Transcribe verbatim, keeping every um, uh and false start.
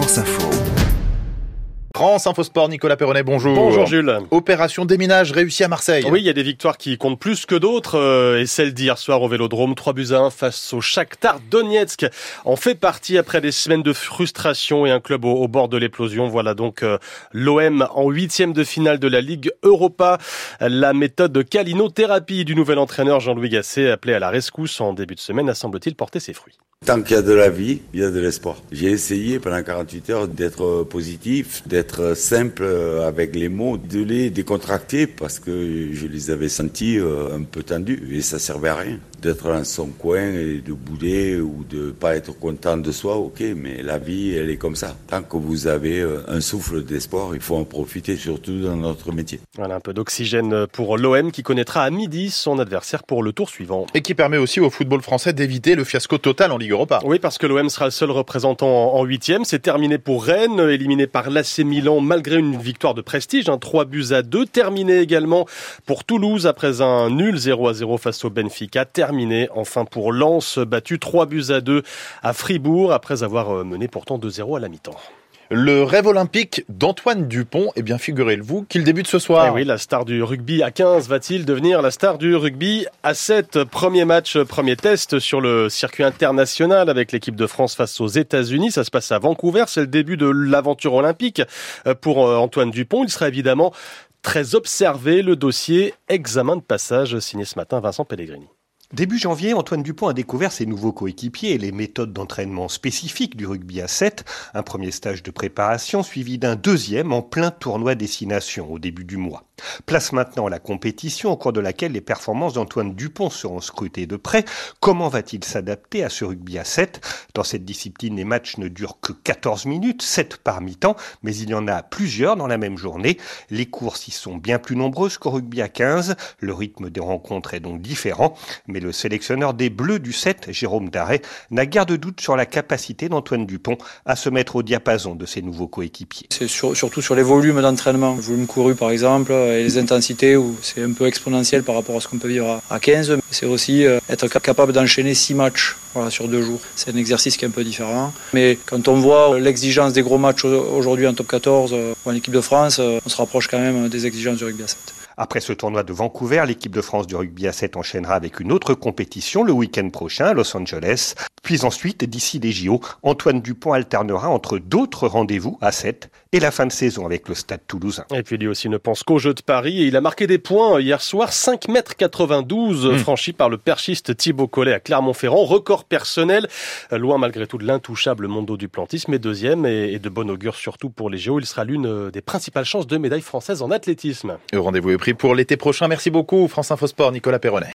France Info. France Info Sport, Nicolas Perronnet, bonjour. Bonjour Jules. Opération déminage réussie à Marseille. Oui, il y a des victoires qui comptent plus que d'autres. Euh, et celle d'hier soir au Vélodrome, trois buts à un face au Shakhtar Donetsk, en fait partie après des semaines de frustration et un club au, au bord de l'éclosion. Voilà donc euh, l'O M en huitième de finale de la Ligue Europa. La méthode de calinothérapie du nouvel entraîneur Jean-Louis Gasset, appelé à la rescousse en début de semaine, a semble-t-il porté ses fruits. Tant qu'il y a de la vie, il y a de l'espoir. J'ai essayé pendant quarante-huit heures d'être positif, d'être simple avec les mots, de les décontracter parce que je les avais sentis un peu tendus et ça servait à rien. D'être dans son coin et de bouder ou de pas être content de soi, ok, mais la vie, elle est comme ça. Tant que vous avez un souffle d'espoir, il faut en profiter, surtout dans notre métier. Voilà, un peu d'oxygène pour l'O M qui connaîtra à midi son adversaire pour le tour suivant. Et qui permet aussi au football français d'éviter le fiasco total en Ligue Europa. Oui, parce que l'O M sera le seul représentant en huitième. C'est terminé pour Rennes, éliminé par l'A C Milan malgré une victoire de prestige, hein, trois buts à deux. Terminé également pour Toulouse après un nul zéro à zéro face au Benfica. Terminé enfin pour Lens, battu trois buts à deux à Fribourg après avoir mené pourtant deux zéro à la mi-temps. Le rêve olympique d'Antoine Dupont, eh bien figurez-vous qu'il débute ce soir. Eh oui, la star du rugby à quinze va-t-il devenir la star du rugby à sept? Premier match, premier test sur le circuit international avec l'équipe de France face aux États-Unis. Ça se passe à Vancouver, c'est le début de l'aventure olympique pour Antoine Dupont. Il sera évidemment très observé. Le dossier examen de passage signé ce matin Vincent Pellegrini. Début janvier, Antoine Dupont a découvert ses nouveaux coéquipiers et les méthodes d'entraînement spécifiques du rugby à sept. Un premier stage de préparation suivi d'un deuxième en plein tournoi Destination au début du mois. Place maintenant la compétition au cours de laquelle les performances d'Antoine Dupont seront scrutées de près. Comment va-t-il s'adapter à ce rugby à sept? Dans cette discipline, les matchs ne durent que quatorze minutes, sept par mi-temps, mais il y en a plusieurs dans la même journée. Les courses y sont bien plus nombreuses qu'au rugby à quinze. Le rythme des rencontres est donc différent. Mais le sélectionneur des Bleus du sept, Jérôme Darret, n'a guère de doute sur la capacité d'Antoine Dupont à se mettre au diapason de ses nouveaux coéquipiers. C'est sur, surtout sur les volumes d'entraînement. Le volume couru par exemple, et les intensités où c'est un peu exponentiel par rapport à ce qu'on peut vivre à quinze. C'est aussi être capable d'enchaîner six matchs voilà, sur deux jours. C'est un exercice qui est un peu différent. Mais quand on voit l'exigence des gros matchs aujourd'hui en top quatorze ou en équipe de France, on se rapproche quand même des exigences du rugby à sept. Après ce tournoi de Vancouver, l'équipe de France du rugby à sept enchaînera avec une autre compétition le week-end prochain à Los Angeles. Puis ensuite, d'ici les J O, Antoine Dupont alternera entre d'autres rendez-vous à sept et la fin de saison avec le Stade Toulousain. Et puis lui aussi ne pense qu'aux Jeux de Paris et il a marqué des points hier soir, cinq mètres quatre-vingt-douze mmh. franchis par le perchiste Thibaut Collet à Clermont-Ferrand. Record personnel, loin malgré tout de l'intouchable Mondo Duplantis, mais deuxième et de bon augure surtout pour les J O. Il sera l'une des principales chances de médaille française en athlétisme. Le rendez-vous est pris pour l'été prochain. Merci beaucoup France Info Sport, Nicolas Perronnet.